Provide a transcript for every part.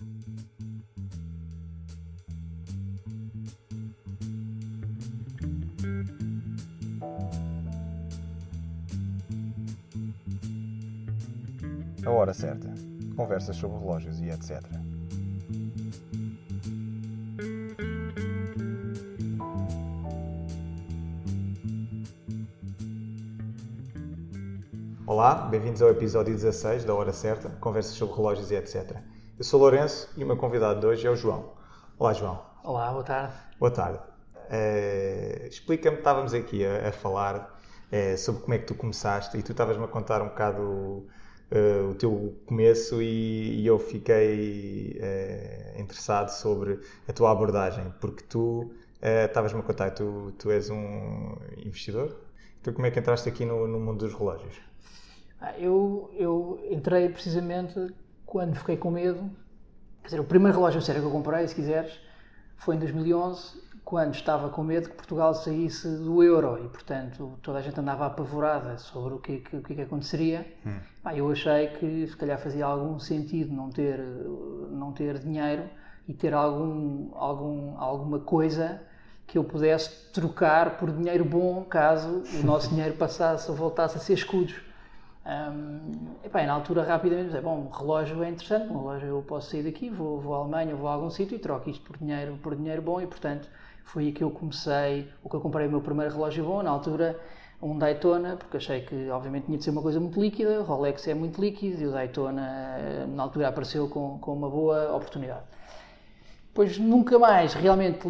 A hora certa. Conversas sobre relógios e etc. Olá, bem-vindos ao episódio 16 da Hora Certa, Conversas sobre relógios e etc. Eu sou o Lourenço e o meu convidado de hoje é o João. Olá, João. Olá, boa tarde. Boa tarde. Explica-me, estávamos aqui a falar sobre como é que tu começaste e tu estavas-me a contar um bocado o teu começo e eu fiquei interessado sobre a tua abordagem, porque tu estavas-me a contar, tu és um investidor? Então como é que entraste aqui no mundo dos relógios? Eu entrei precisamente quando fiquei com medo. Quer dizer, o primeiro relógio sério que eu comprei, se quiseres, foi em 2011, quando estava com medo que Portugal saísse do euro e, portanto, toda a gente andava apavorada sobre o que aconteceria. Eu achei que, se calhar, fazia algum sentido não ter dinheiro e ter alguma coisa que eu pudesse trocar por dinheiro bom, caso o nosso dinheiro voltasse a ser escudos. Na altura, rapidamente, o relógio é interessante, um relógio eu posso sair daqui, vou à Alemanha, vou a algum sítio e troco isto por dinheiro bom e, portanto, foi aí que eu comprei o meu primeiro relógio bom, na altura um Daytona, porque achei que obviamente tinha de ser uma coisa muito líquida, o Rolex é muito líquido e o Daytona na altura apareceu com uma boa oportunidade. Depois nunca mais realmente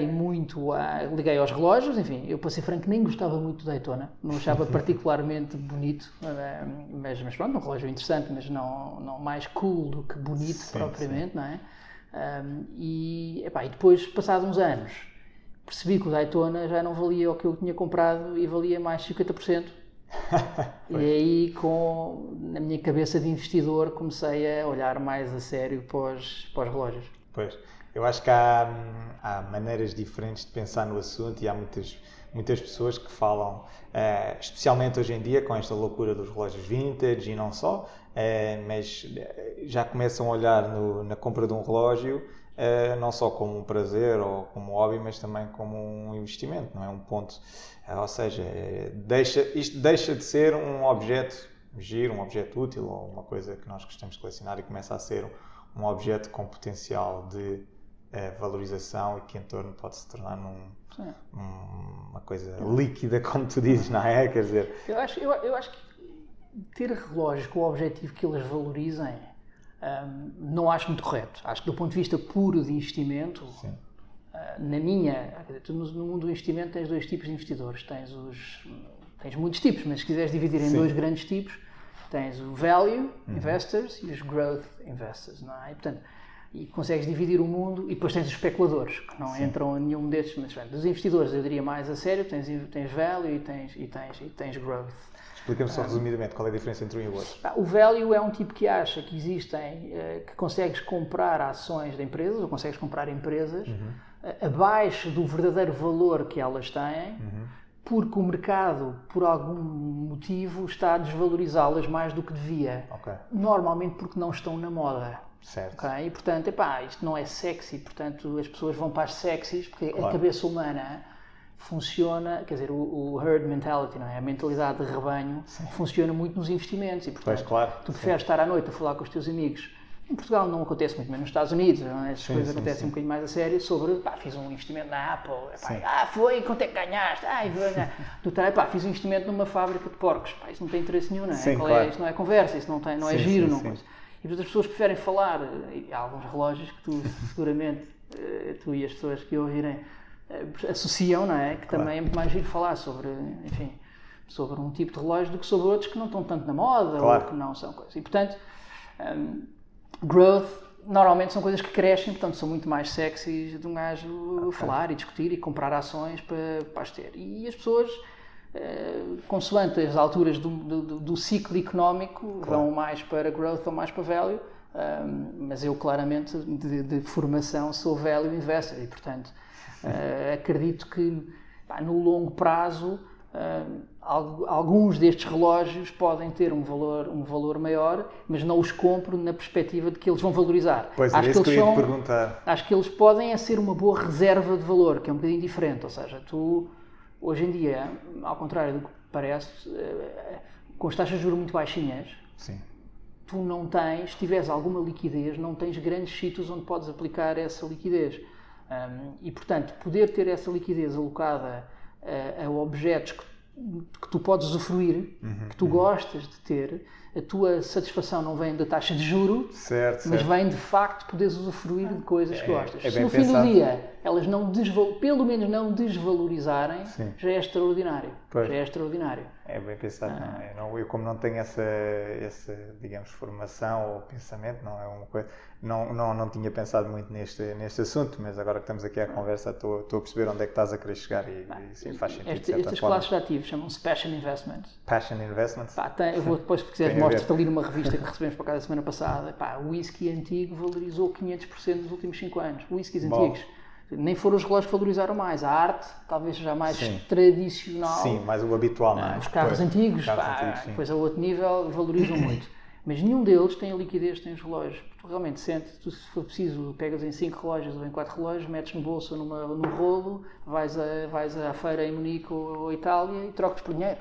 liguei aos relógios, enfim, eu para ser franco nem gostava muito do Daytona, não achava particularmente bonito, mas pronto, um relógio interessante, mas não mais cool do que bonito, sim, propriamente, sim. Não é? E depois, passados uns anos, percebi que o Daytona já não valia o que eu tinha comprado e valia mais 50%. E aí, na minha cabeça de investidor, comecei a olhar mais a sério para os relógios. Pois. Eu acho que há maneiras diferentes de pensar no assunto e há muitas pessoas que falam, especialmente hoje em dia com esta loucura dos relógios vintage e não só, mas já começam a olhar na compra de um relógio não só como um prazer ou como um hobby, mas também como um investimento, não é? Um ponto, ou seja, isto deixa de ser um objeto giro, um objeto útil ou uma coisa que nós gostamos de colecionar e começa a ser um objeto com potencial de valorização e que em torno pode se tornar uma coisa líquida, como tu dizes, não é? Quer dizer... Eu acho que ter relógios com o objetivo que eles valorizem não acho muito correto. Acho que do ponto de vista puro de investimento, no mundo do investimento tens dois tipos de investidores. Tens muitos tipos, mas se quiseres dividir em dois grandes tipos, tens o value investors e os growth investors, não é? E consegues dividir o mundo e depois tens os especuladores, que não entram em nenhum destes, mas dos investidores eu diria mais a sério, tens value e tens growth. Explica-me só resumidamente qual é a diferença entre um e o outro. O value é um tipo que acha que que consegues comprar ações de empresas, ou consegues comprar empresas abaixo do verdadeiro valor que elas têm, porque o mercado, por algum motivo, está a desvalorizá-las mais do que devia. Okay. Normalmente porque não estão na moda. Certo. Okay? E, portanto, isto não é sexy, portanto, as pessoas vão para as sexys, porque a cabeça humana funciona, quer dizer, o herd mentality, não é? A mentalidade de rebanho funciona muito nos investimentos e, portanto, tu preferes estar à noite a falar com os teus amigos. Em Portugal não acontece muito, mas nos Estados Unidos, as coisas acontecem um bocadinho mais a sério, sobre, fiz um investimento na Apple, foi, quanto é que ganhaste? Fiz um investimento numa fábrica de porcos, isso não tem interesse nenhum, não é? Sim, claro. Isto não é conversa, isso não é giro, não é? E portanto as pessoas preferem falar, e há alguns relógios que tu seguramente, tu e as pessoas que ouvirem, associam, não é? Que também é muito mais giro falar sobre um tipo de relógio do que sobre outros que não estão tanto na moda ou que não são coisas. E portanto, growth normalmente são coisas que crescem, portanto são muito mais sexys de um gajo falar e discutir e comprar ações para as ter. E as pessoas... consoante as alturas do ciclo económico, vão mais para growth ou mais para value, mas eu claramente de formação sou value investor e portanto acredito que no longo prazo alguns destes relógios podem ter um valor maior, mas não os compro na perspectiva de que eles vão valorizar. Pois, é isso que eu ia te perguntar. Acho que eles podem ser uma boa reserva de valor, que é um bocadinho diferente. Ou seja, tu, hoje em dia, ao contrário do que parece, com as taxas de juros muito baixinhas, sim, tu não tens, se tiveres alguma liquidez, não tens grandes sítios onde podes aplicar essa liquidez. E, portanto, poder ter essa liquidez alocada a objetos que tu podes usufruir, que tu gostas de ter, a tua satisfação não vem da taxa de juro, mas vem de facto poderes usufruir de coisas que gostas. Se no fim do dia elas pelo menos não desvalorizarem, já é extraordinário. Pois. Já é extraordinário. É bem pensado. Eu como não tenho essa, digamos, formação ou pensamento, não é uma coisa, não tinha pensado muito neste assunto, mas agora que estamos aqui à conversa estou a perceber onde é que estás a querer chegar e sim, faz sentido. Estas classes de ativos chamam-se Passion Investments. Passion Investments? Eu vou depois, se quiseres, mostro-te ali numa revista que recebemos para cá da semana passada. O whisky antigo valorizou 500% nos últimos 5 anos. Whiskies antigos. Nem foram os relógios que valorizaram mais. A arte, talvez já mais tradicional. Sim, mais o habitual. Não é? Os carros antigos, depois a outro nível, valorizam muito. Mas nenhum deles tem a liquidez que tem os relógios. Tu realmente sentes, se for preciso, pegas em 5 relógios ou em 4 relógios, metes no bolso ou no rolo, vais à feira em Munique ou Itália e trocas por dinheiro.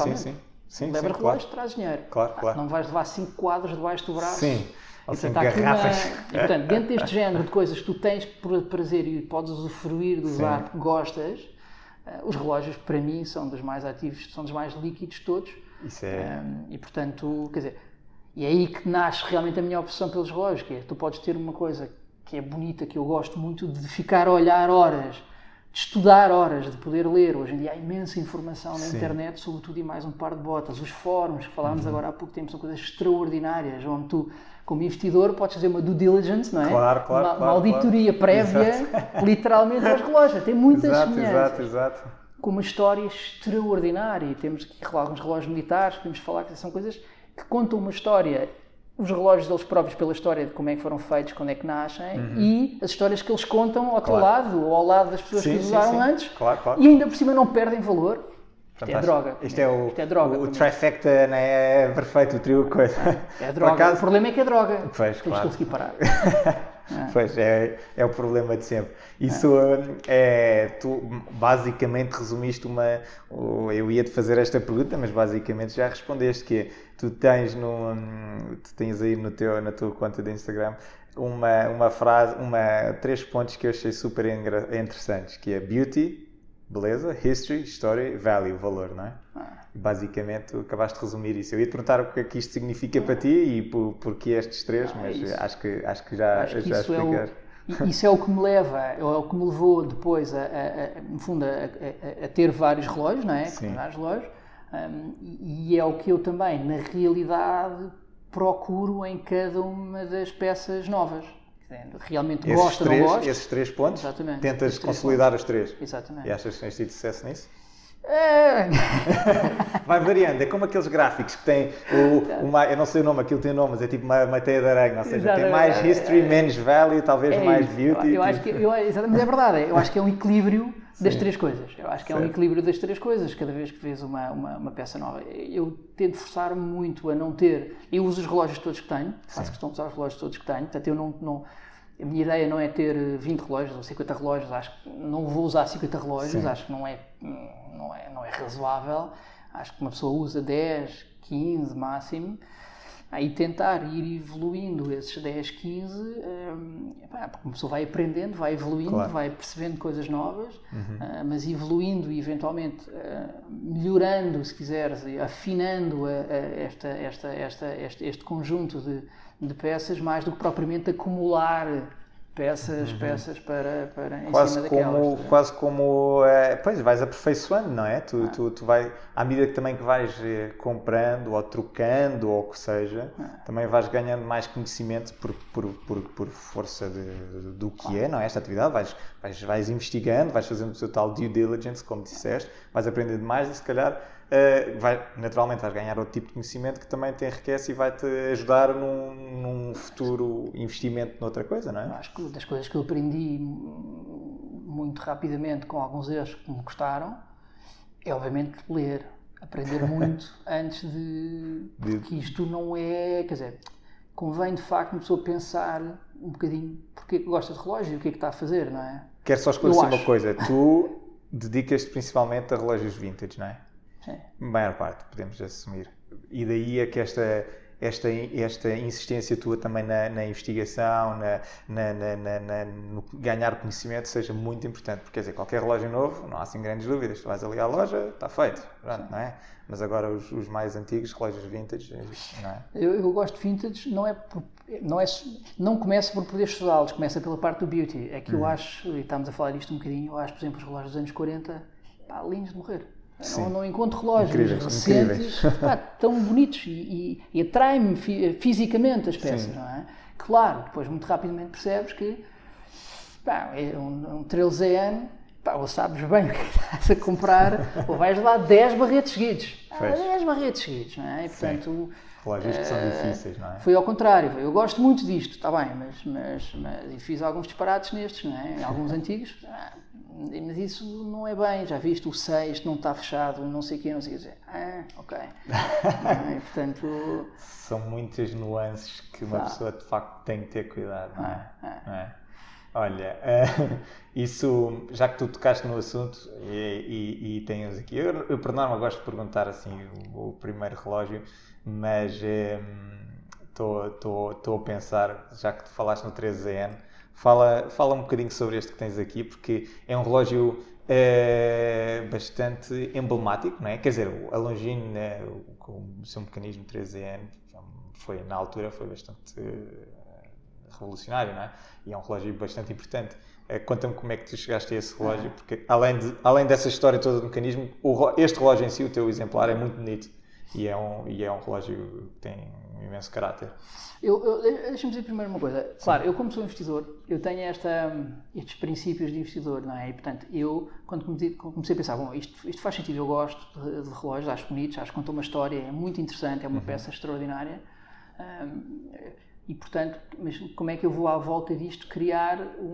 Sim, leva relógios, traz dinheiro. Claro. Não vais levar 5 quadros debaixo do braço. Sim. E, portanto, e, portanto, dentro deste género de coisas que tu tens por prazer e podes usufruir de usar porque gostas, os relógios, para mim, são dos mais ativos, são dos mais líquidos de todos. Isso é... E, portanto, quer dizer, e é aí que nasce realmente a minha obsessão pelos relógios, que é, tu podes ter uma coisa que é bonita, que eu gosto muito, de ficar a olhar horas, de estudar horas, de poder ler. Hoje em dia há imensa informação na internet sobre tudo e mais um par de botas. Os fóruns, que falámos agora há pouco tempo, são coisas extraordinárias, onde tu, como investidor, podes fazer uma due diligence, não é? Uma auditoria prévia, literalmente, aos relógios. Tem muitas semelhanças. Exato. Com uma história extraordinária. E temos aqui alguns relógios militares, podemos falar que são coisas que contam uma história. Os relógios deles próprios pela história de como é que foram feitos, quando é que nascem, e as histórias que eles contam ao teu lado, ou ao lado das pessoas que os usaram antes, e ainda por cima não perdem valor. Isto é droga. Isto é droga. O trifecta, não é perfeito, o trio coisa. É droga. O problema é que é droga. Pois, temos que conseguir parar. Pois, é o problema de sempre. Isso tu basicamente resumiste eu ia-te fazer esta pergunta, mas basicamente já respondeste, que é, tu tens aí na tua conta de Instagram uma frase, 3 pontos que eu achei super interessantes, que é beauty, beleza, history, história, value, valor, não é? Basicamente, tu acabaste de resumir isso. Eu ia te perguntar o que é que isto significa para ti e porquê estes 3, mas acho que já explicaste. Isso é o que me leva, é o que me levou depois, no fundo, a ter vários relógios, não é? Sim. Vários relógios. E é o que eu também, na realidade, procuro em cada uma das peças novas. Realmente gosto ou não gosto. Esses 3 pontos, exatamente, tentas consolidar os 3. Exatamente. E achas que tens tido sucesso nisso? Vai variando, é como aqueles gráficos que têm eu não sei o nome, aquilo tem nome, mas é tipo uma teia de aranha, ou seja, tem mais history, menos value, talvez mais beauty. Exatamente, é verdade, eu acho que é um equilíbrio das 3 coisas. Eu acho que é um equilíbrio das 3 coisas, cada vez que vês uma peça nova. Eu tento forçar-me muito a não ter. Eu uso os relógios todos que tenho, faço questão de usar os relógios todos que tenho, portanto eu não. A minha ideia não é ter 20 relógios ou 50 relógios, acho que não vou usar 50 relógios, acho que não é razoável, acho que uma pessoa usa 10, 15 máximo, aí tentar ir evoluindo esses 10, 15, porque uma pessoa vai aprendendo, vai evoluindo, vai percebendo coisas novas, mas evoluindo e eventualmente melhorando, se quiseres, afinando este conjunto de peças, mais do que propriamente acumular peças para em cima daquelas. Quase como pois, vais aperfeiçoando, não é? Tu vais, à medida que também que vais comprando ou trocando ou o que seja, também vais ganhando mais conhecimento por força do que é, não é? Esta atividade, vais investigando, vais fazendo o seu tal due diligence, como disseste, vais aprendendo mais e se calhar naturalmente vais ganhar outro tipo de conhecimento que também te enriquece e vai-te ajudar num futuro investimento noutra coisa, não é? Acho que das coisas que eu aprendi muito rapidamente com alguns erros que me custaram é obviamente ler. aprender muito antes que isto não é, quer dizer, convém de facto uma pessoa pensar um bocadinho porque é que gosta de relógio e o que é que está a fazer, não é? Quero só esclarecer uma coisa, tu dedicas-te principalmente a relógios vintage, não é? Sim. A maior parte, podemos assumir. E daí é que esta insistência tua também na investigação, no ganhar conhecimento seja muito importante, porque quer dizer, qualquer relógio novo, não há assim grandes dúvidas, tu vais ali à loja, está feito, pronto, não é? Mas agora os mais antigos, relógios vintage, não é? Eu gosto de vintage, não começa por poder estudá-los, começa pela parte do beauty. É que eu acho, e estamos a falar disto um bocadinho, eu acho, por exemplo, os relógios dos anos 40, pá, lindos de morrer. Não encontro relógios recentes pá, tão bonitos e atrai-me fisicamente as peças, não é? Claro, depois muito rapidamente percebes que pá, é um 13EN, pá, ou sabes bem o que estás a comprar, ou vais lá 10 barretes seguidos. 10 barretes seguidos, não é? E, portanto, relógios que são difíceis, não é? Foi ao contrário, eu gosto muito disto, está bem, mas fiz alguns disparates nestes, não é? Alguns antigos, mas isso não é bem, já viste, o 6 não está fechado, não sei o quê, dizer, ok. Portanto, são muitas nuances que uma pessoa de facto tem que ter cuidado, não é? Não é? Olha, isso, já que tu tocaste no assunto e tens aqui, eu por norma gosto de perguntar assim o primeiro relógio, mas estou a pensar, já que tu falaste no 13EN, fala um bocadinho sobre este que tens aqui, porque é um relógio bastante emblemático, não é? Quer dizer, a Longines, com o seu mecanismo 13EN, na altura foi bastante revolucionário, não é? E é um relógio bastante importante. Conta-me como é que tu chegaste a esse relógio, porque além dessa história toda do mecanismo, este relógio em si, o teu exemplar, é muito bonito e é um relógio que tem um imenso caráter. Deixa-me dizer primeiro uma coisa. Claro, eu como sou investidor, eu tenho estes princípios de investidor, não é? E, portanto, eu, quando comecei a pensar, bom, isto faz sentido, eu gosto de relógios, acho bonitos, acho que contam uma história, é muito interessante, é uma peça extraordinária. E, portanto, mas como é que eu vou à volta disto criar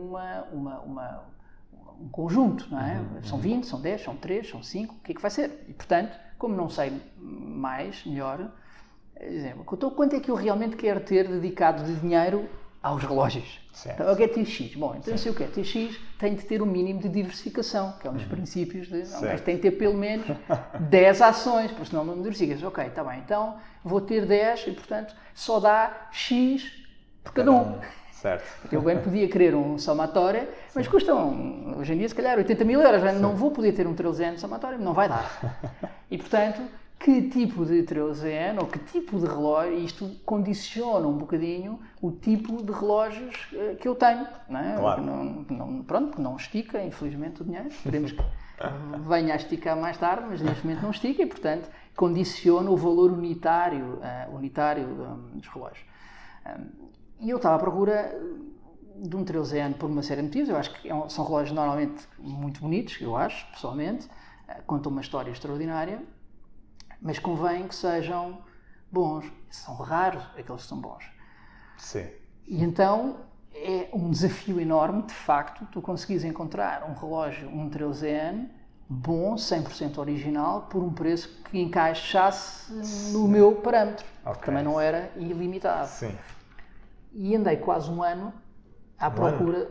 um conjunto, não é? São 20, são 10, são 3, são 5, o que é que vai ser? E, portanto, como não sei melhor, exemplo, quanto é que eu realmente quero ter dedicado de dinheiro aos relógios? Então, eu quero TX. Bom, então se eu quero TX, tenho de ter um mínimo de diversificação, que é um dos princípios mas tem de ter pelo menos 10 ações, porque senão não me diversificas. Ok, está bem, então vou ter 10 e, portanto, só dá X por cada um. Certo. Eu bem podia querer um somatório, mas custam, hoje em dia, se calhar 80 mil euros. Não vou poder ter um 13EN somatório, não vai dar. E, portanto, que tipo de 13EN ou que tipo de relógio, isto condiciona um bocadinho o tipo de relógios que eu tenho, não é? Claro. Pronto, não estica, infelizmente, o dinheiro. Esperemos que venha a esticar mais tarde, mas neste momento não estica e, portanto, condiciona o valor unitário dos relógios. E eu estava à procura de um 13EN por uma série de motivos. Eu acho que são relógios normalmente muito bonitos, eu acho, pessoalmente, contam uma história extraordinária, mas convém que sejam bons. São raros aqueles que são bons. Sim. E então é um desafio enorme, de facto, tu conseguires encontrar um relógio, um 13EN, bom, 100% original, por um preço que encaixasse no meu parâmetro. Okay. Também não era ilimitado. Sim. E andei quase um ano à procura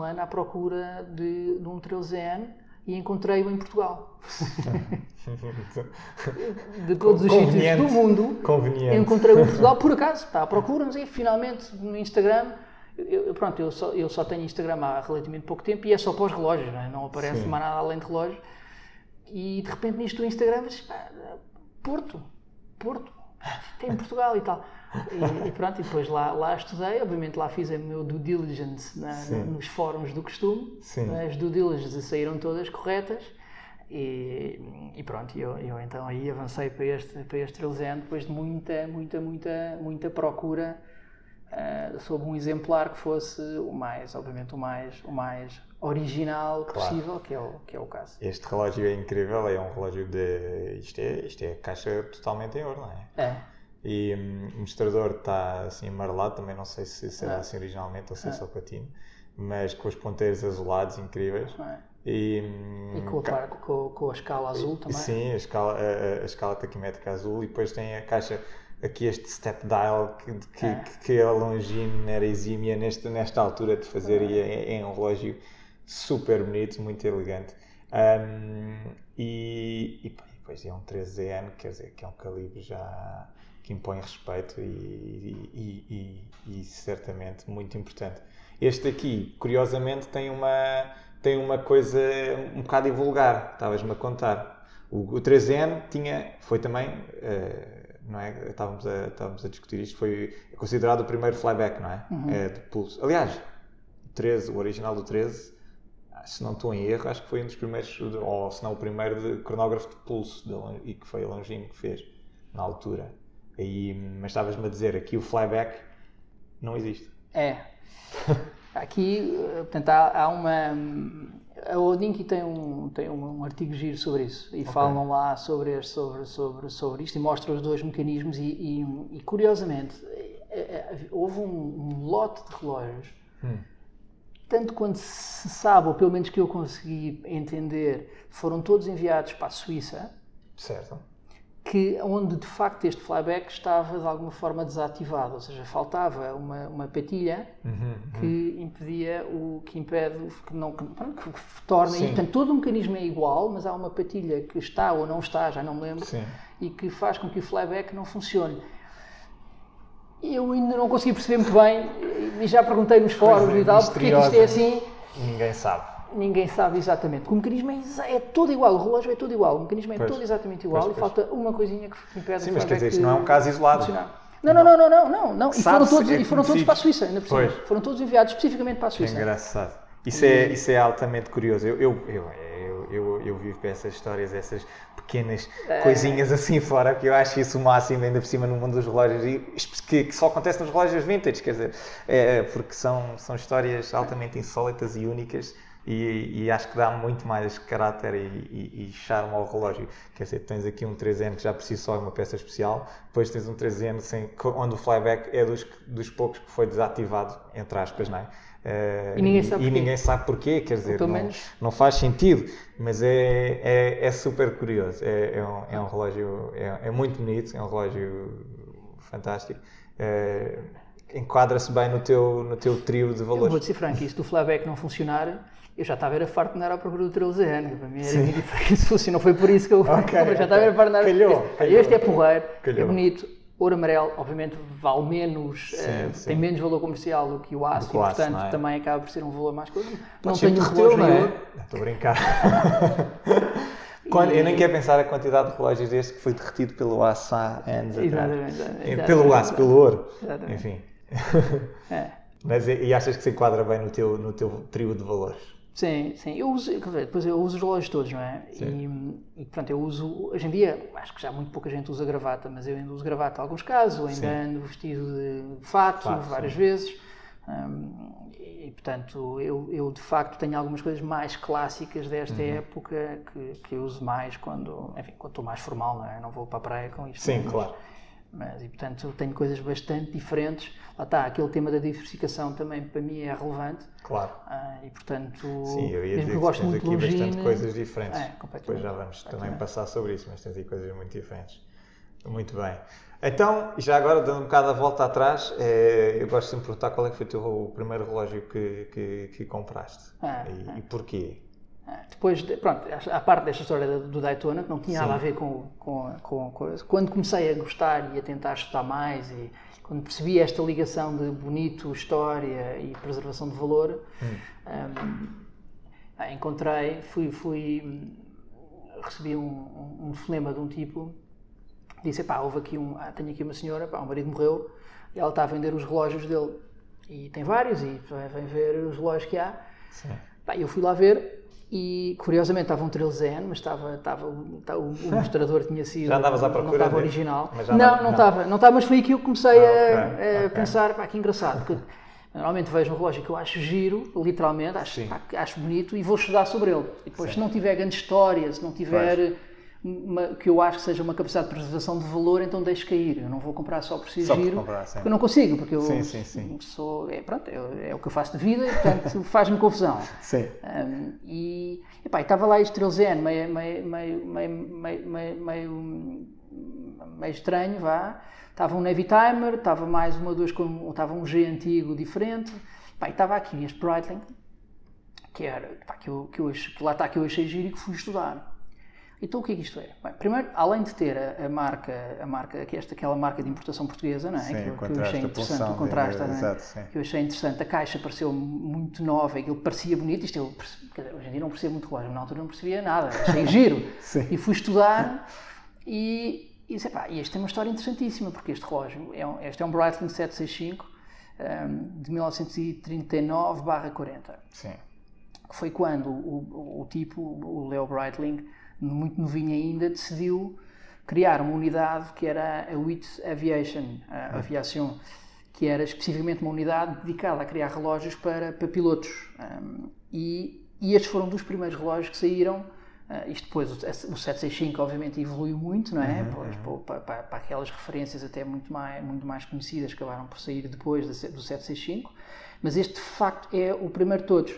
de um 13EN e encontrei-o em Portugal. De todos os sítios do mundo, encontrei-o em Portugal, por acaso, está à procura, mas finalmente no Instagram, eu só tenho Instagram há relativamente pouco tempo e é só para os relógios, não aparece mais nada além de relógios. E de repente nisto do Instagram, Porto, tem em Portugal e tal. E pronto, e depois lá estudei, obviamente lá fiz o meu due diligence nos fóruns do costume. As due diligence saíram todas corretas e pronto, eu então aí avancei para este 13EN depois de muita procura sobre um exemplar que fosse o mais original possível, que é o caso. Este relógio é incrível, é um relógio isto é caixa totalmente em ouro, não é? É. E o mostrador está assim amarelado, também não sei se será assim originalmente ou se é só platino, mas com os ponteiros azulados incríveis. E com a escala azul também. Sim, a escala taquimétrica azul, e depois tem a caixa, aqui este step dial que a Longines era exímia nesta altura de fazer, e é um relógio super bonito, muito elegante. E depois é um 13ZN, quer dizer, que é um calibre já que impõe respeito e certamente muito importante. Este aqui, curiosamente, tem uma coisa um bocado vulgar, estavas-me a contar. O 13N foi também, não é? Estávamos a discutir isto, foi considerado o primeiro flyback, não é? De pulso. Aliás, o original do 13, se não estou em erro, acho que foi um dos primeiros, ou se não o primeiro, de cronógrafo de pulso, e que foi a Longines que fez, na altura. Mas estavas-me a dizer, aqui o flyback não existe. Aqui, portanto, há uma... A Hodinkee tem um artigo giro sobre isso, e falam lá sobre isto, e mostram os dois mecanismos, e curiosamente, houve um lote de relógios, tanto quanto se sabe, ou pelo menos que eu consegui entender, foram todos enviados para a Suíça, certo, onde de facto este flyback estava de alguma forma desativado, ou seja, faltava uma patilha que impedia que torna, e portanto todo o mecanismo é igual, mas há uma patilha que está ou não está, já não me lembro, e que faz com que o flyback não funcione. Eu ainda não consegui perceber muito bem, e já perguntei nos fóruns e tal, porque é que isto é assim. Ninguém sabe exatamente. O mecanismo é todo igual, o relógio é todo igual, o mecanismo é todo exatamente igual, e falta uma coisinha que impede. Sim, mas quer dizer, isto não é um caso isolado. Não. E foram todos para a Suíça, ainda por cima. Foram todos enviados especificamente para a Suíça. É engraçado. Isso é altamente curioso. Eu vivo para essas histórias, essas pequenas coisinhas assim fora, que eu acho isso o máximo, ainda por cima no mundo dos relógios, que só acontece nos relógios vintage, quer dizer, porque são histórias altamente insólitas e únicas. E acho que dá muito mais caráter e charme ao relógio. Quer dizer, tens aqui um 3N que já por si só é uma peça especial, depois tens um 3N onde o flyback é dos poucos que foi desativado, entre aspas, não é? E ninguém sabe porquê, quer dizer, não faz sentido, mas é super curioso. É um relógio, é muito bonito, é um relógio fantástico. Enquadra-se bem no teu trio de valores. Eu vou-te ser franco, isso do flyback não funcionar, eu já estava farto de andar à procura do 13N, para mim era muito diferente, se não foi por isso que eu já estava farto de andar. Este é porreiro, é bonito, ouro amarelo, obviamente vale menos, tem menos valor comercial do que o aço, e portanto também acaba por ser um valor mais coisa. Não tenho um relógio nenhum. Estou a brincar. Eu nem quero pensar a quantidade de relógios deste que foi derretido pelo aço há anos atrás. Exatamente. Pelo aço, pelo ouro. Exatamente. Enfim. Mas, e achas que se enquadra bem no teu trio de valores? Sim. Depois eu uso os relógios todos, não é? E pronto, eu uso, hoje em dia, acho que já muito pouca gente usa gravata, mas eu ainda uso gravata em alguns casos, ainda ando vestido de fato várias vezes. E portanto, eu de facto tenho algumas coisas mais clássicas desta época que eu uso mais quando estou mais formal, não é? Não vou para a praia com isto. Sim, claro. E portanto tenho coisas bastante diferentes. Lá está, aquele tema da diversificação também para mim é relevante. Claro. E portanto, eu ia dizer que eu gosto muito de Longines, bastante coisas diferentes. Depois já vamos também passar sobre isso, mas tens aí coisas muito diferentes. Muito bem. Então, já agora, dando um bocado a volta atrás, eu gosto sempre de perguntar qual é que foi o primeiro relógio que compraste e porquê? Depois, pronto, a parte desta história do Daytona, que não tinha nada a ver com quando comecei a gostar e a tentar estudar mais, e quando percebi esta ligação de bonito, história e preservação de valor, recebi um telefonema de um tipo, disse, tenho aqui uma senhora, o marido morreu, e ela está a vender os relógios dele, e tem vários, e vem ver os relógios que há. Eu fui lá ver, e curiosamente estava um 13N, mas o mostrador tinha sido... Já andavas à procura? Não estava original. Não estava, mas foi aí que eu comecei a pensar, que engraçado, porque normalmente vejo um relógio que eu acho giro, literalmente, acho bonito, e vou estudar sobre ele. E depois, se não tiver grande história, se não tiver que eu acho que seja uma capacidade de preservação de valor, então deixo cair. Eu não vou comprar só por ser giro, porque eu não consigo, porque eu sou... É o que eu faço de vida e, portanto, faz-me confusão. Sim. E estava lá este Trilzen, meio estranho, vá. Estava um Navy Timer, estava mais uma ou duas, estava um G antigo diferente. E estava aqui este Breitling, que eu achei giro e que fui estudar. Então o que é que isto é? Bem, primeiro, além de ter a marca aquela marca de importação portuguesa, não é? Sim, que eu achei interessante, o contraste, que eu achei interessante, a caixa pareceu muito nova, aquilo parecia bonito, hoje em dia não percebo muito relógio, mas na altura não percebia nada, achei giro. E fui estudar e disse, este tem uma história interessantíssima, porque este relógio, este é um Breitling 765 de 1939/40. Sim. Que foi quando o Leo Breitling, muito novinho ainda, decidiu criar uma unidade que era a WIT Aviation, que era especificamente uma unidade dedicada a criar relógios para pilotos. E estes foram dos primeiros relógios que saíram. Isto depois, o 765 obviamente evoluiu muito, não é? Para aquelas referências até muito mais conhecidas que acabaram por sair depois do 765, mas este de facto é o primeiro de todos.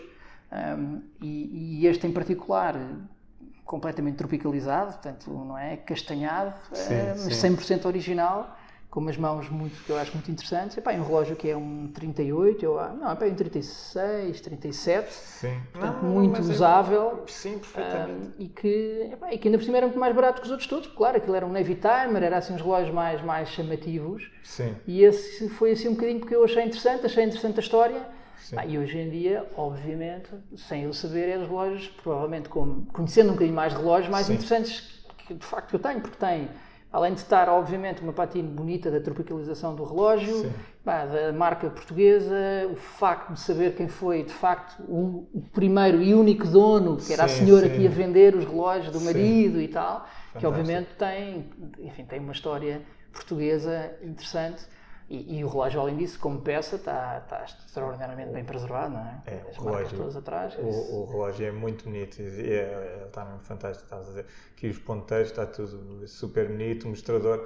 E este em particular, completamente tropicalizado, portanto, não é? Castanhado, mas 100% original, com umas mãos que eu acho muito interessantes. Um relógio que é um 38, um 36, 37, portanto, muito usável. Sim, perfeitamente. E que ainda por cima era muito mais barato que os outros todos, porque, claro, aquilo era um Navy Timer, era assim uns relógios mais chamativos. Sim. E esse foi assim um bocadinho porque eu achei interessante a história. E hoje em dia, obviamente, sem eu saber, é dos relógios, provavelmente conhecendo um bocadinho mais de relógios, mais interessantes que de facto eu tenho, porque tem, além de estar, obviamente, uma patina bonita da tropicalização do relógio, da marca portuguesa, o facto de saber quem foi, de facto, o primeiro e único dono, que era a senhora que ia vender os relógios do marido e tal, fantástico. Que obviamente tem uma história portuguesa interessante. E o relógio, além disso, como peça, está extraordinariamente bem preservado, não é? As marcas todas atrás. O relógio é muito bonito, ele está mesmo fantástico, estavas a dizer. Aqui os ponteiros, está tudo super bonito, o mostrador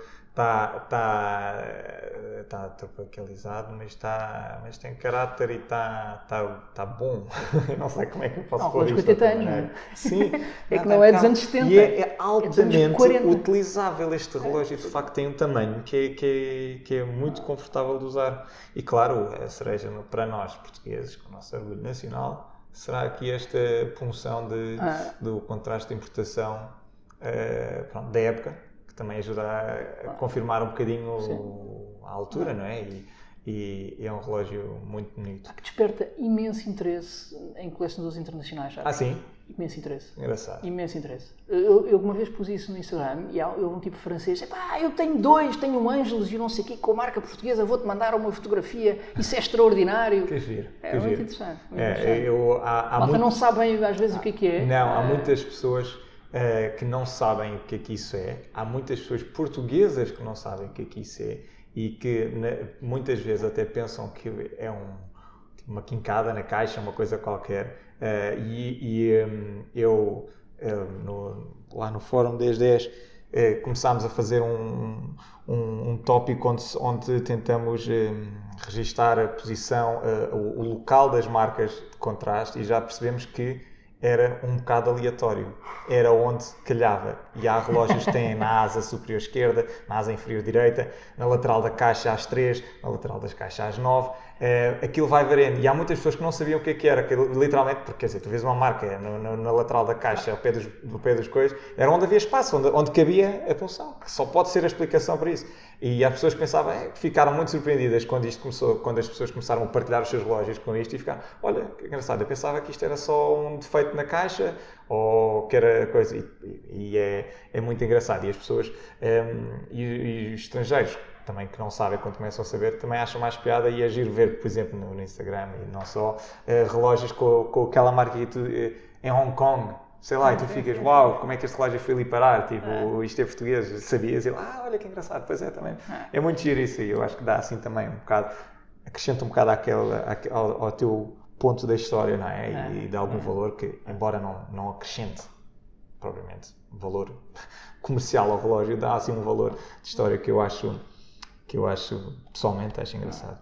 está tropicalizado, mas tem caráter e está bom. Eu não sei como é que eu posso pôr isto. 80 anos, não é? Sim. É que não é dos anos 70. E é altamente utilizável este relógio, de facto tem um tamanho que é muito confortável de usar. E claro, a cereja para nós portugueses, com o nosso orgulho nacional, será aqui esta punção do contraste de importação da época, também ajuda a confirmar um bocadinho a altura, não é? E é um relógio muito bonito. Que desperta imenso interesse em colecionadores internacionais, sabe? Sim? Imenso interesse. Engraçado. Imenso interesse. Eu uma vez pus isso no Instagram e houve um tipo francês, eu tenho dois, tenho um Ângelos e não sei o quê, com a marca portuguesa, vou-te mandar uma fotografia, isso é extraordinário. Que giro. Muito interessante. Malta não sabe bem às vezes o que é. Não, há muitas pessoas que não sabem o que isso é. Há muitas pessoas portuguesas que não sabem o que isso é e que muitas vezes até pensam que é uma quincada na caixa, uma coisa qualquer. Lá no Fórum 1010 começámos a fazer um tópico onde tentamos registar a posição, o local das marcas de contraste, e já percebemos que era um bocado aleatório, era onde calhava, e há relógios que têm na asa superior esquerda, na asa inferior direita, na lateral da caixa às 3, na lateral das caixas às 9, aquilo vai variando, e há muitas pessoas que não sabiam o que era, que literalmente, porque quer dizer, tu vês uma marca na lateral da caixa, ao pé dos coisas, era onde havia espaço, onde cabia a punção, que só pode ser a explicação para isso. E as pessoas pensavam, ficaram muito surpreendidas quando isto começou, quando as pessoas começaram a partilhar os seus relógios com isto e ficaram, olha, que engraçado, eu pensava que isto era só um defeito na caixa ou que era coisa, e é muito engraçado. E as pessoas, e os estrangeiros também que não sabem, quando começam a saber, também acham mais piada, e é giro ver, por exemplo, no Instagram e não só, relógios com aquela marca em Hong Kong. Sei lá, e tu ficas, uau, como é que este relógio foi ali parar? Tipo, isto é português, sabias? E olha que engraçado, pois é, também. É muito giro isso, e eu acho que dá assim também um bocado, acrescenta um bocado ao teu ponto da história, não é? E dá algum valor que, embora não acrescente propriamente valor comercial ao relógio, dá assim um valor de história que eu acho pessoalmente, acho engraçado.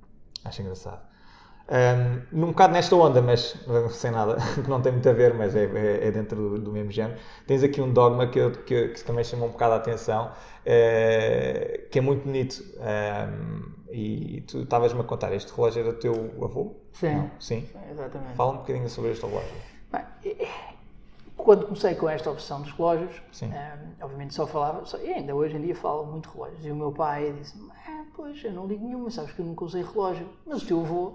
Num bocado nesta onda, mas sem nada, que não tem muito a ver, mas é dentro do mesmo género. Tens aqui um dogma que também chamou um bocado a atenção, que é muito bonito. E tu estavas-me a contar, este relógio era do teu avô? Sim. Não? Sim. Exatamente. Fala um bocadinho sobre este relógio. Bem, quando comecei com esta opção dos relógios, obviamente só falava, e ainda hoje em dia falo muito de relógios, e o meu pai disse-me, pois, eu não ligo nenhuma, sabes que eu nunca usei relógio, mas o teu avô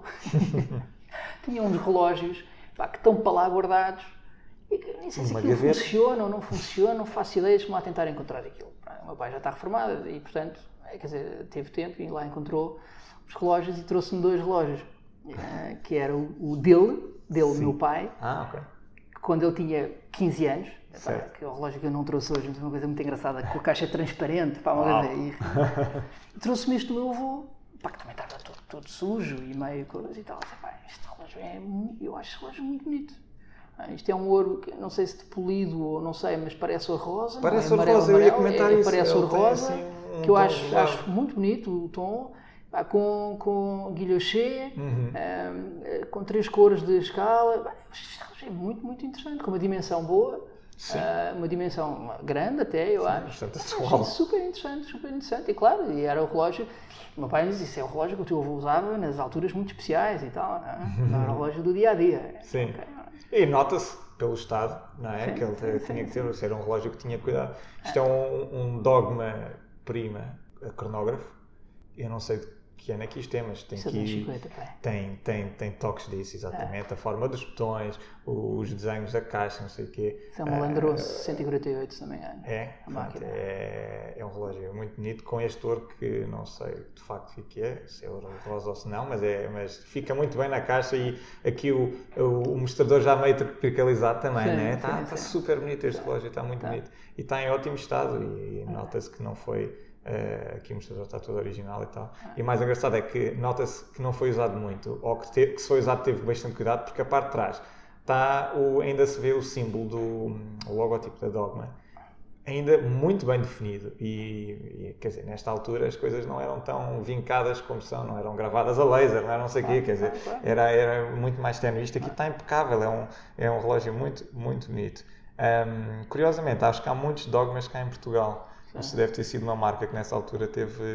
tinha uns relógios que estão para lá guardados, e que nem sei se aquilo funciona ou não funciona, não faço ideia, de como lá tentar encontrar aquilo. O meu pai já está reformado e, portanto, quer dizer, teve tempo e lá encontrou os relógios e trouxe-me 2 relógios, que era o dele, meu pai, quando ele tinha 15 anos, que é o relógio que eu não trouxe hoje, uma coisa muito engraçada, com a caixa transparente, e trouxe-me este do meu avô, que também estava todo sujo e meio coisa e tal. Este relógio eu acho este relógio muito bonito. Isto é um ouro, que não sei se de polido ou não sei, mas parece ouro rosa. Parece ouro rosa, eu ia comentar isso. Parece ouro rosa, que eu acho muito bonito o tom. Com guilhoché, com 3 cores de escala. É muito, muito interessante, com uma dimensão boa, uma dimensão grande até, eu acho. Super interessante. E claro, e era o relógio, o meu pai me disse, isso é o relógio que o teu avô usava nas alturas muito especiais e tal, não era o relógio do dia a dia. Sim. Okay. E nota-se pelo estado, não é? Que ele tinha que ser um relógio que tinha cuidado. Isto é um dogma prima cronógrafo. Eu não sei de que ano é que isto é, mas tem aqui 50, tem toques disso, exatamente, a forma dos botões, os desenhos da caixa, não sei o quê. É uma Landros 148, se não me engano. É um relógio muito bonito, com este ouro que não sei de facto o que é, se é ouro rosa ou se não, mas fica muito bem na caixa e aqui o mostrador já meio tropicalizado também, né? Está super bonito este relógio, está muito bonito e está em ótimo estado e nota-se que não foi... aqui o mostrador está todo original e tal. E o mais engraçado é que nota-se que não foi usado muito, ou que se foi usado teve bastante cuidado, porque a parte de trás ainda se vê o símbolo o logotipo da Dogma, ainda muito bem definido. E quer dizer, nesta altura as coisas não eram tão vincadas como são, não eram gravadas a laser, não era não sei o quê, quer dizer, era muito mais ténue. Isto aqui está impecável, é um relógio muito, muito bonito. Curiosamente, acho que há muitos Dogmas cá em Portugal. Isso deve ter sido uma marca que nessa altura teve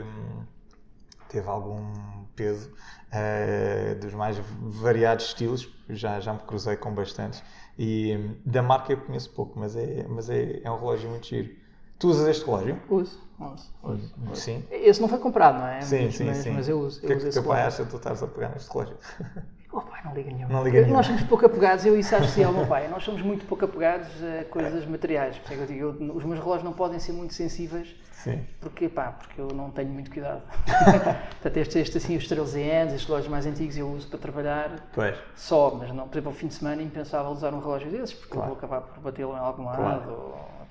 algum peso, dos mais variados estilos, já me cruzei com bastantes, e da marca eu conheço pouco, mas é um relógio muito giro. Tu usas este relógio? Uso. Sim. Esse não foi comprado, não é? Sim. Mas eu uso. O que é que o teu pai acha de tu estares a pegar neste relógio? O pai não liga nenhum. Nenhum. Nós somos pouco apegados, eu isso acho que ao meu pai, nós somos muito pouco apegados a coisas materiais. Por isso é que eu digo, os meus relógios não podem ser muito sensíveis, porque eu não tenho muito cuidado. Portanto, este assim, os 1300, estes relógios mais antigos eu uso para trabalhar só, mas não, por exemplo, ao fim de semana impensável usar um relógio desses, porque eu vou acabar por batê-lo em algum lado.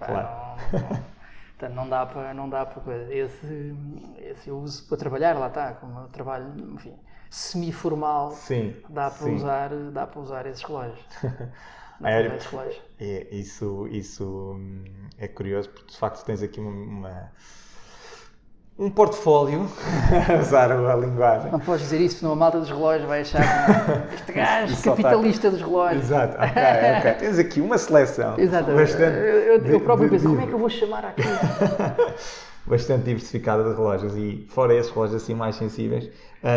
Portanto, não dá para coisa. Esse eu uso para trabalhar, lá está, como eu trabalho, enfim, semi-formal, dá para usar esses relógios. Isso é curioso, porque de facto tens aqui um portfólio, a usar a linguagem. Não podes dizer isso, senão a malta dos relógios vai achar que este gajo capitalista dos relógios. Exato, ok. Tens aqui uma seleção. Exatamente. Eu próprio penso, como é que eu vou chamar aqui? Bastante diversificada de relógios, e fora esses relógios assim mais sensíveis,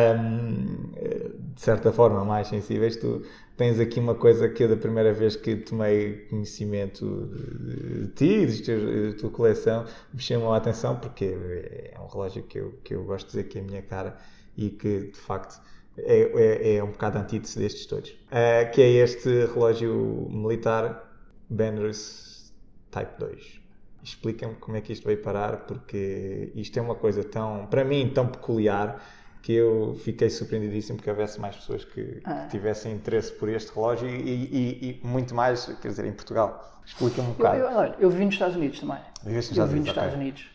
de certa forma mais sensíveis, tu tens aqui uma coisa que eu, da primeira vez que tomei conhecimento de ti, da tua coleção, me chamou a atenção, porque é um relógio que eu gosto de dizer que é a minha cara e que de facto é um bocado antítese destes todos, que é este relógio militar Benrus Type 2. Explica-me como é que isto veio parar, porque isto é uma coisa para mim, tão peculiar, que eu fiquei surpreendidíssimo que houvesse mais pessoas que tivessem interesse por este relógio e muito mais, quer dizer, em Portugal. Explica-me um bocado. Eu vivi nos Estados Unidos também. Eu vivi nos Estados Unidos.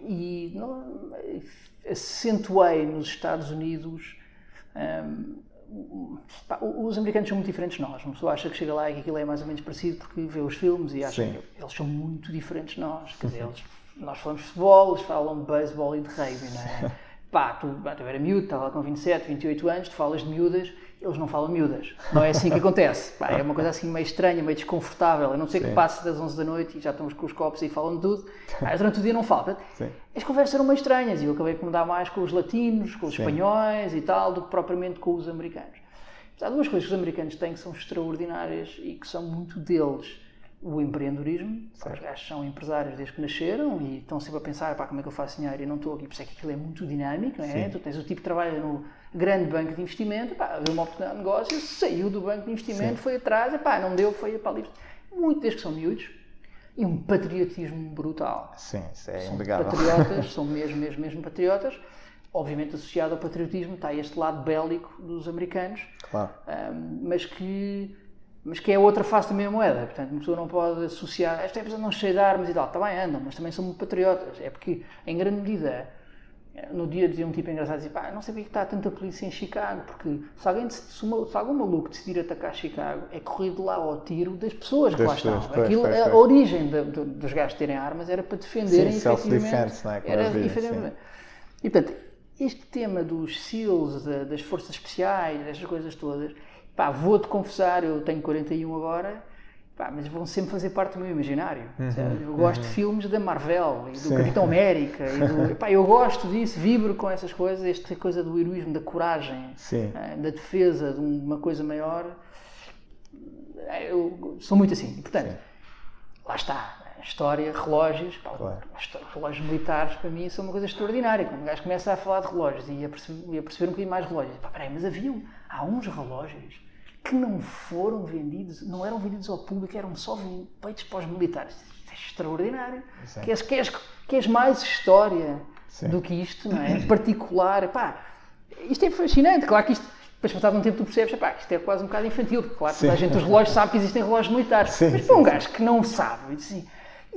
Acentuei nos Estados Unidos os americanos são muito diferentes de nós. Uma pessoa acha que chega lá e que aquilo é mais ou menos parecido porque vê os filmes e acha que eles são muito diferentes de nós. Quer dizer, nós falamos de futebol, eles falam de beisebol e de rugby, não é? Tu era miúdo, estava lá com 27, 28 anos, tu falas de miúdas, eles não falam miúdas. Não é assim que acontece. É uma coisa assim meio estranha, meio desconfortável. A não ser que passe das 11 da noite e já estamos com os copos e falam de tudo. Durante o dia não fala. As conversas eram meio estranhas e eu acabei por mudar mais com os latinos, com os espanhóis e tal, do que propriamente com os americanos. Há duas coisas que os americanos têm que são extraordinárias e que são muito deles. O empreendedorismo, os gajos são empresários desde que nasceram e estão sempre a pensar, como é que eu faço dinheiro e não estou aqui, por isso é que aquilo é muito dinâmico, não é? Tu tens o tipo que trabalha no grande banco de investimento, viu uma oportunidade de negócio, saiu do banco de investimento, foi atrás, não deu, foi para ali. Muito desde que são miúdos e um patriotismo brutal. Sim, isso é são inegável. Patriotas, são mesmo patriotas. Obviamente associado ao patriotismo está este lado bélico dos americanos, claro. mas que é outra face da mesma moeda. Portanto, uma pessoa não pode associar, esta é não cheia de armas e tal, está bem, andam, mas também são muito patriotas. É porque, em grande medida, no dia dizia um tipo engraçado, dizia, não sei porque está tanta polícia em Chicago, porque se algum maluco decidir atacar Chicago, é corrido lá ao tiro das pessoas que lá estão. A origem dos gajos terem armas era para defenderem, self-defense, não é? Efetivamente. E, portanto, este tema dos SEALs, das forças especiais, destas coisas todas, vou-te confessar, eu tenho 41 agora, mas vão sempre fazer parte do meu imaginário. Eu gosto de filmes da Marvel e do Capitão América. Eu gosto disso, vibro com essas coisas, esta coisa do heroísmo, da coragem, da defesa de uma coisa maior. Eu sou muito assim. Portanto, lá está. História, relógios, relógios militares para mim são uma coisa extraordinária. Quando o gajo começa a falar de relógios e a perceber um bocadinho mais relógios, mas há uns relógios que não foram vendidos, não eram vendidos ao público, eram só feitos para os militares. Isto é extraordinário. Queres mais história do que isto, não é? Particular. Isto é fascinante. Claro que isto, depois passado um tempo tu percebes, isto é quase um bocado infantil, porque claro, toda a gente dos relógios sabe que existem relógios militares. Mas para um gajo que não sabe, assim,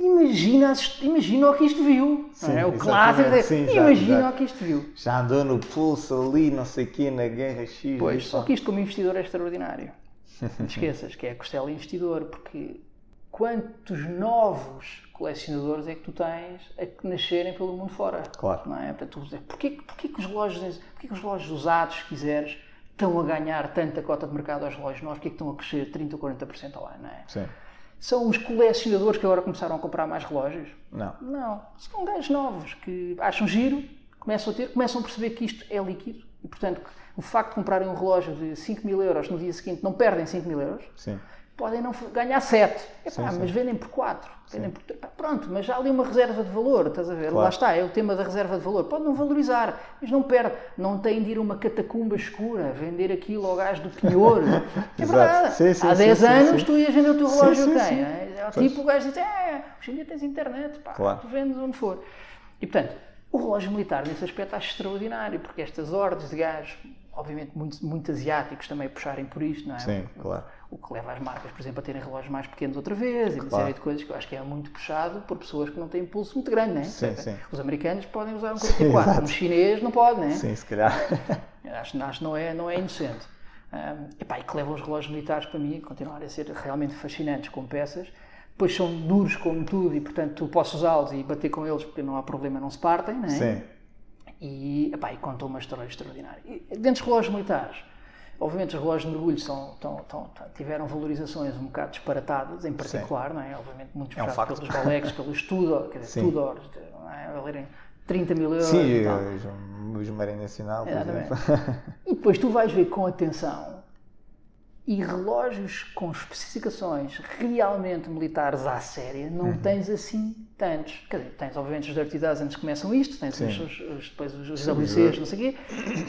imagina o que isto viu. Não é? O clássico imagina o que isto viu. Já andou no pulso ali, não sei o quê, na guerra X. Pois, só que isto como investidor é extraordinário. Não te esqueças que é a costela investidor, porque quantos novos colecionadores é que tu tens a que nascerem pelo mundo fora? Claro. Não é? Porquê que os relógios usados, se quiseres, estão a ganhar tanta cota de mercado aos relógios novos? Porquê que estão a crescer 30% ou 40% ao ano? Não é? Sim. São os colecionadores que agora começaram a comprar mais relógios? Não. São gajos novos que acham giro, começam a perceber que isto é líquido e, portanto, o facto de comprarem um relógio de 5.000 euros no dia seguinte não perdem 5.000 euros, podem não ganhar 7, mas vendem por 4. Pronto, mas já há ali uma reserva de valor, estás a ver? Claro. Lá está, é o tema da reserva de valor. Pode não valorizar, mas não perde. Não tem de ir a uma catacumba escura, vender aquilo ao gajo do penhor. É verdade. Há 10 anos tu ias vender o teu relógio a quem? É tipo o gajo diz, hoje em dia tens internet, claro. Tu vendes onde for. E portanto, o relógio militar nesse aspecto é extraordinário, porque estas hordas de gajos, obviamente muito asiáticos também a puxarem por isto, não é? Sim, claro. O que leva as marcas, por exemplo, a terem relógios mais pequenos outra vez e uma série de coisas que eu acho que é muito puxado por pessoas que não têm impulso muito grande, não é? Sim. Os americanos podem usar um 44, um chinês não pode, não é? Sim, se calhar. Acho que não é inocente. E que levam os relógios militares para mim a continuar a ser realmente fascinantes como peças. Depois são duros como tudo e, portanto, tu podes usá-los e bater com eles porque não há problema, não se partem, não é? Sim. E contam uma história extraordinária. E, dentro dos relógios militares, obviamente os relógios de mergulho tiveram valorizações um bocado disparatadas, em particular, não é? Obviamente muito puxados pelos Rolex, pelos Tudors, não é? Valerem 30.000 euros. Sim, os Marinha Nacional, por exemplo. E depois tu vais ver com atenção e relógios com especificações realmente militares à séria, não tens assim tantos. Quer dizer, tens obviamente os Dirty Dozens que começam isto, tens depois os WCs, não sei o quê.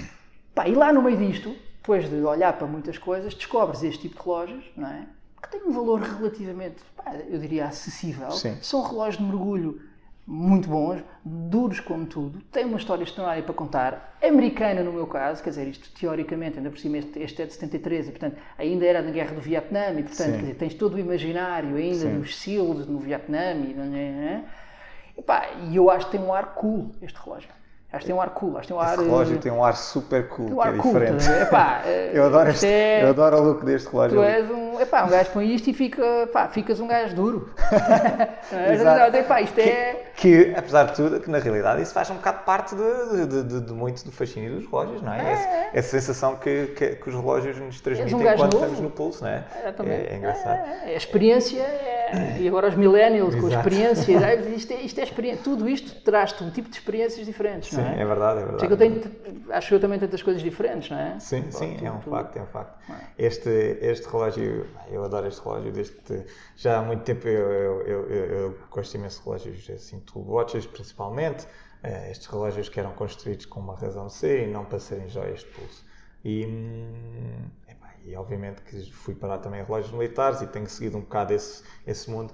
E lá no meio disto, depois de olhar para muitas coisas, descobres este tipo de relógios, não é? Que têm um valor relativamente, eu diria, acessível. Sim. São relógios de mergulho muito bons, duros como tudo, têm uma história extraordinária para contar, americana no meu caso, quer dizer, isto teoricamente, ainda por cima este é de 73 e portanto ainda era na guerra do Vietnã e portanto quer dizer, tens todo o imaginário ainda dos SEALs no Vietnã e eu acho que tem um ar cool este relógio. Acho que tem um ar cool, acho que tem um ar... Esse relógio tem um ar super cool, tem um que ar é cool, diferente. eu adoro eu adoro o look deste relógio. Tu és um gajo põe isto e ficas um gajo duro. Isto é... Que, apesar de tudo, que na realidade isso faz um bocado parte de muito do fascínio dos relógios, não é? Essa sensação que os relógios nos transmitem quando estamos no pulso, não é? É engraçado. A experiência, e agora os millennials com a experiência, isto é experiência. Tudo isto traz-te um tipo de experiências diferentes, não é? Sim, é verdade. Acho que eu também tantas coisas diferentes, não é? Sim, é um facto. Este relógio, eu adoro este relógio, já há muito tempo eu gosto imenso de relógios assim, tool watches principalmente, estes relógios que eram construídos com uma razão de ser e não para serem joias de pulso. E obviamente que fui parar também em relógios militares e tenho seguido um bocado esse mundo.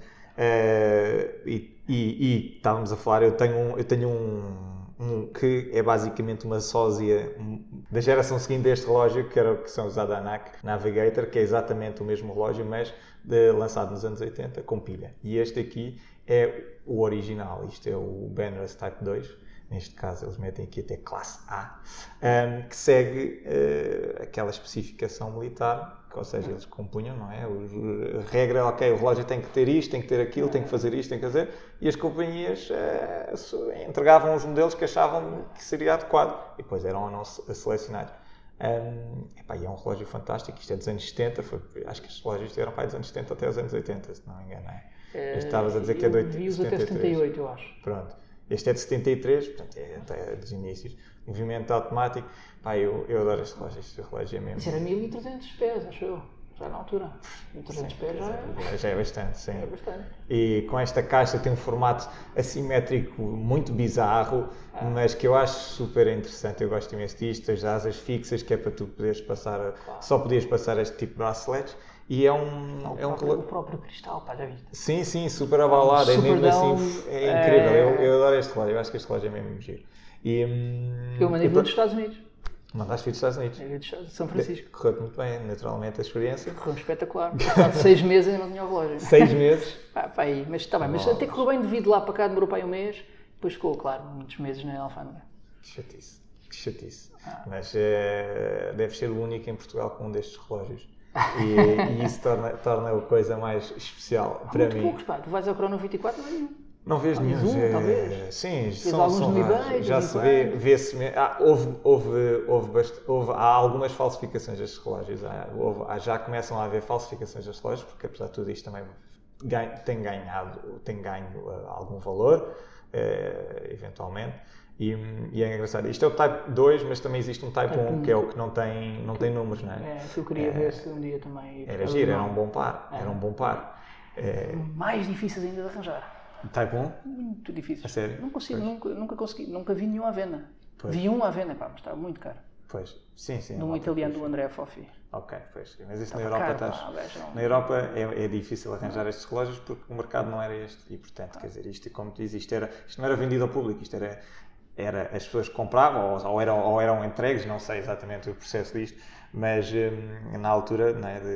E estávamos a falar, eu tenho um que é basicamente uma sósia da geração seguinte deste relógio, que são os Adanac Navigator, que é exatamente o mesmo relógio, mas lançado nos anos 80 com pilha. E este aqui é o original, isto é o Benrus Type 2, neste caso eles metem aqui até classe A, que segue aquela especificação militar, ou seja, eles compunham, não é? A regra, ok, o relógio tem que ter isto, tem que ter aquilo, tem que fazer isto, tem que fazer, e as companhias entregavam os modelos que achavam que seria adequado, e depois eram ou não selecionados. E é um relógio fantástico, isto é dos anos 70, acho que estes relógios eram para dos anos 70 até os anos 80, se não me engano, não é? Estavas a dizer que é de 73. Até 78, eu acho. Pronto. Este é de 73, portanto é até dos inícios. Movimento automático. Eu adoro este relógio é mesmo. Isso era 1300 pés, acho eu. Já na altura. 1300 pés já é bastante, sim. É bastante. E com esta caixa tem um formato assimétrico muito bizarro, mas que eu acho super interessante. Eu gosto imenso disto, as asas fixas, que é para tu poderes passar, só podias passar este tipo de braceletes. E o próprio cristal, já viste? Sim, super abalado, é mesmo assim, é incrível. Eu adoro este relógio, eu acho que este relógio é mesmo giro. Eu mandei vir dos Estados Unidos. Mandaste vir dos Estados Unidos? Eu vi de São Francisco. Correu muito bem, naturalmente, a experiência. Correu espetacular. Passado 6 meses ainda não tinha o relógio. 6 meses? Mas está bem, mas até correu bem devido lá para cá, demorou para aí um mês, depois ficou, claro, muitos meses na alfândega. Que chatice. Mas deve ser o único em Portugal com um destes relógios. E isso torna a coisa mais especial para mim. Poucos, tu vais ao Crono 24, não é nenhum. Não vês nenhum, talvez. Sim, alguns no eBay, já se vê-se mesmo. Há algumas falsificações destes relógios. Já começam a haver falsificações destes relógios, porque apesar de tudo isto também tem ganho algum valor, eventualmente. E é engraçado. Isto é o Type 2, mas também existe um Type 1, que é o que não tem números, não é? Que eu queria ver se um dia também... Era giro, era um bom par. Mais difíceis ainda de arranjar. Type 1? Muito difícil. A sério? Não consigo, nunca consegui, nunca vi nenhum à venda. Pois. Vi um à venda, mas estava muito caro. Pois, sim. Num italiano do André Foffi. Ok, pois. Mas isso na Europa Na Europa é difícil arranjar estes relógios porque o mercado não era este. E portanto, quer dizer, isto, como tu dizes, isto não era vendido ao público, isto era as pessoas que compravam ou eram entregues, não sei exatamente o processo disto, mas na altura, não é,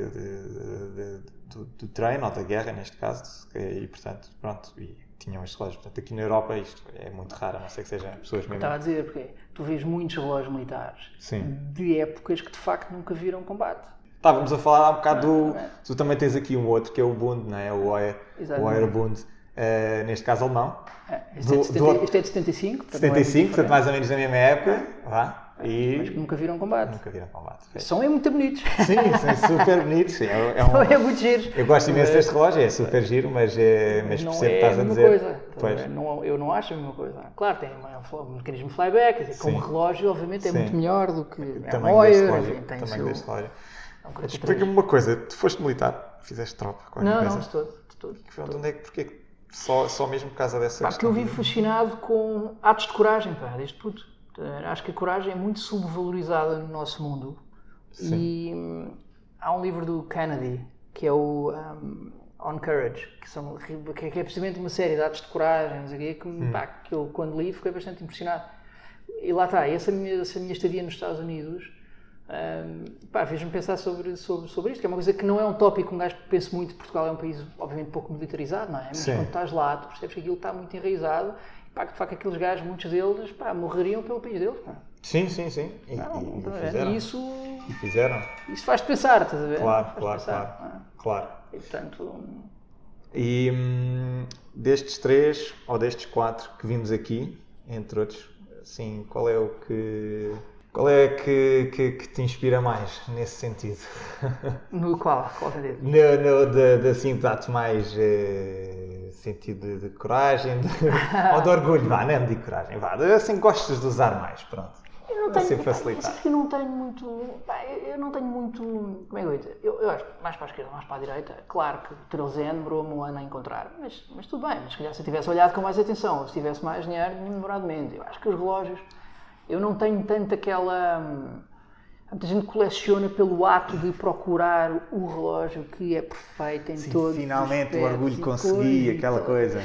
do treino ou da guerra, neste caso, e portanto, pronto, e tinham estes relógios. Portanto, aqui na Europa isto é muito raro, a não ser que sejam pessoas mesmo... Estava a dizer, porque tu vês muitos relógios militares de épocas que de facto nunca viram combate. Estávamos a falar há um bocado Tu também tens aqui um outro, que é o Bund, não é? O Air Bund, neste caso alemão. Este é de 75. 75, portanto mais ou menos na mesma época. Mas que nunca viram combate. São muito bonitos. Sim, são super bonitos. É muito giro. Eu gosto imenso deste relógio, é super giro, mas percebo o que estás a dizer. Eu não acho a mesma coisa. Claro, tem um mecanismo flyback, como relógio, obviamente, é muito melhor do que a Moyer. Também deste relógio. Explica-me uma coisa, tu foste militar, fizeste tropa? Não, de todo. Porquê? Só mesmo por causa dessa questão? Porque eu vivo fascinado com atos de coragem, desde puto. Acho que a coragem é muito subvalorizada no nosso mundo. Sim. E há um livro do Kennedy, que é o On Courage, que é precisamente uma série de atos de coragem, que eu, quando li, fiquei bastante impressionado. E lá está, essa minha estadia nos Estados Unidos Fez-me pensar sobre isto, que é uma coisa que não é um tópico, um gajo que pensa muito. Portugal é um país, obviamente, pouco militarizado, não é? Mas Sim. quando estás lá, tu percebes que aquilo está muito enraizado, que de facto aqueles gajos, muitos deles, morreriam pelo país deles. Sim. E fizeram. Isso faz-te pensar, estás a ver? Claro. E portanto... E destes 3 ou destes 4 que vimos aqui, entre outros, assim, qual é que te inspira mais nesse sentido? No qual sentido? Assim, dá-te mais sentido de coragem ou de orgulho, não me digo coragem, assim gostas de usar mais, pronto. Eu não tenho, facilitar. Eu não tenho muito, como é que eu ia dizer? Eu acho que mais para a esquerda, mais para a direita, claro que o 13 demorou-me um ano a encontrar, mas tudo bem, mas se calhar se eu tivesse olhado com mais atenção, ou se tivesse mais dinheiro, tinha demorado menos. Eu acho que os relógios, eu não tenho tanto aquela... Muita gente coleciona pelo ato de procurar o relógio que é perfeito em todos os finalmente o orgulho de conseguir aquela coisa.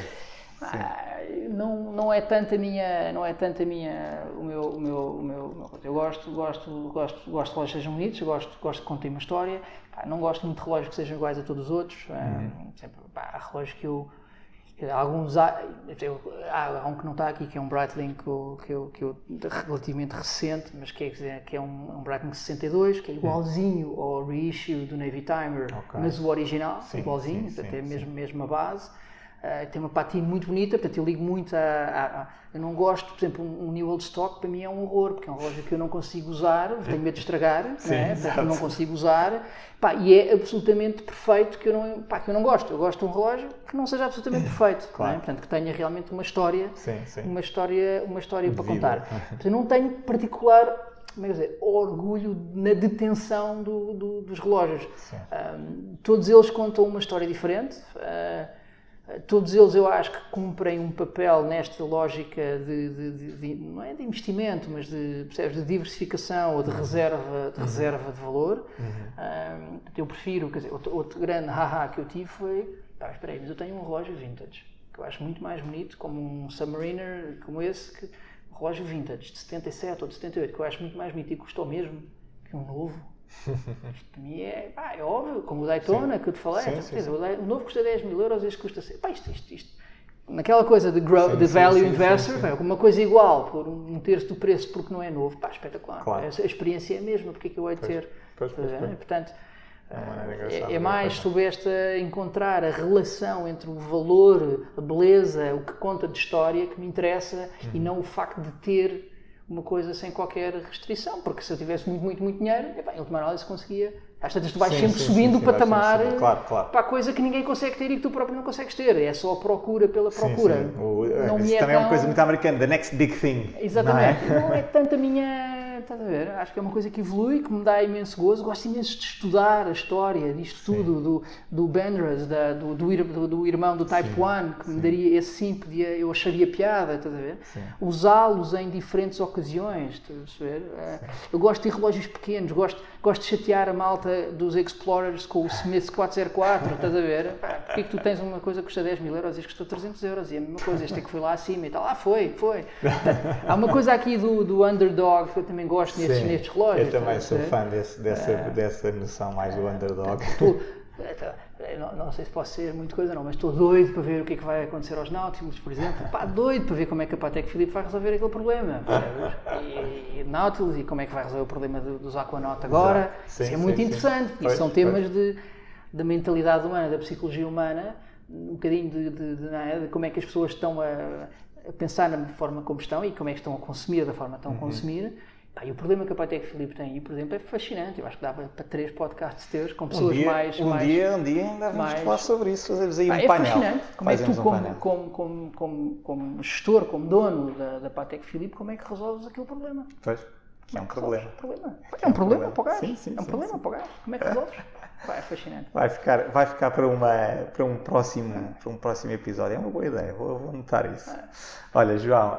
Não é tanto a minha, o meu eu gosto de relógios que sejam bonitos, gosto de contar uma história, não gosto muito de relógios que sejam iguais a todos os outros. Há relógios que eu alguns há um que não está aqui, que é um Breitling que eu relativamente recente, mas que é um Breitling 62, que é igualzinho ao reissue do Navy Timer, mas o original, igualzinho, até mesmo a base. Tem uma patina muito bonita, portanto eu ligo muito eu não gosto, por exemplo, um New Old Stock para mim é um horror, porque é um relógio que eu não consigo usar, tenho medo de estragar, portanto não consigo usar, e é absolutamente perfeito que eu não gosto. Eu gosto de um relógio que não seja absolutamente perfeito, portanto que tenha realmente uma história, uma história para contar. Portanto, eu não tenho particular, orgulho na detenção dos relógios. Todos eles contam uma história diferente. Todos eles eu acho que cumprem um papel nesta lógica não é de investimento, mas de diversificação ou de reserva de valor. Eu prefiro, outro grande que eu tive foi, mas eu tenho um relógio vintage, que eu acho muito mais bonito, como um Submariner, como esse, que um relógio vintage de 77 ou de 78, que eu acho muito mais bonito e custou mesmo que um novo. Isto para mim é óbvio, como o Daytona que eu te falei, o novo custa 10 mil euros, este custa 100. Isto. Naquela coisa de value investor, uma coisa igual por um terço do preço porque não é novo, espetacular. A experiência é a mesma, porque é que eu hei de ter? Portanto, é mais sobre encontrar a relação entre o valor, a beleza, o que conta de história que me interessa e não o facto de ter uma coisa sem qualquer restrição, porque se eu tivesse muito dinheiro, em última análise conseguia. Às tantas tu vais sempre subindo o patamar para a coisa que ninguém consegue ter e que tu próprio não consegues ter. É só a procura pela procura. Isso também é uma coisa muito americana, the next big thing. Exatamente. Não é tanto a minha... Estás a ver? Acho que é uma coisa que evolui, que me dá imenso gozo. Gosto imenso de estudar a história disto tudo, do Benrus, do irmão do Type 1, que me daria esse sim, eu acharia piada, estás a ver? Usá-los em diferentes ocasiões, estás a ver? Eu gosto de relógios pequenos, gosto de chatear a malta dos Explorers com o Smith 404, estás a ver? Porque é que tu tens uma coisa que custa 10 mil euros e este custou 300 euros e a mesma coisa, este é que foi lá acima e tal. Foi. Há uma coisa aqui do underdog que eu também gosto nestes relógios. Eu também sou fã dessa noção mais do underdog. Não sei se posso ser muita coisa não, mas estou doido para ver o que é que vai acontecer aos Nautilus, por exemplo. Doido para ver como é que a Patek Philippe vai resolver aquele problema. E Nautilus, e como é que vai resolver o problema dos Aquanaut agora. Isso é muito interessante. Isso são temas da mentalidade humana, da psicologia humana, um bocadinho de como é que as pessoas estão a pensar na forma como estão e como é que estão a consumir da forma que estão a consumir. E o problema que a Patek Philippe tem, por exemplo, é fascinante. Eu acho que dá para 3 podcasts teus com pessoas um dia ainda vamos falar sobre isso, fazemos aí um painel. É fascinante. Como é que tu, como gestor, como dono da Patek Philippe, como é que resolves aquele problema? Pois, é um problema. É um problema para o gajo. É um problema para o gajo. Como é que resolves? É fascinante. Vai ficar para um próximo episódio. É uma boa ideia, vou anotar isso. Olha, João,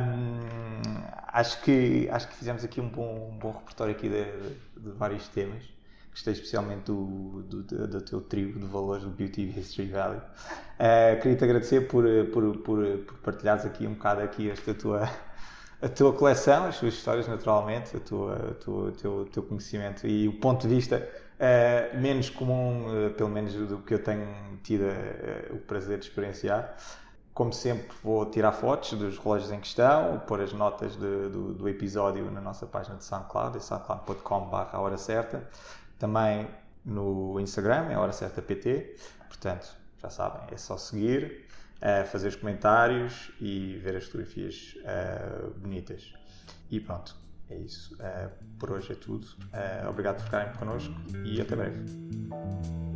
acho que fizemos aqui um bom repertório aqui de vários temas. Gostei especialmente do teu trio de valores do Beauty History Value. Queria-te agradecer por partilhares aqui um bocado aqui esta tua a tua coleção, as tuas histórias, naturalmente, o teu conhecimento e o ponto de vista menos comum, pelo menos do que eu tenho tido o prazer de experienciar. Como sempre, vou tirar fotos dos relógios em questão, pôr as notas do episódio na nossa página de SoundCloud, soundcloud.com/horacerta. Também no Instagram, é horacertapt. Portanto, já sabem, é só seguir, fazer os comentários e ver as fotografias bonitas. E pronto, é isso. Por hoje é tudo. Obrigado por ficarem connosco e até breve.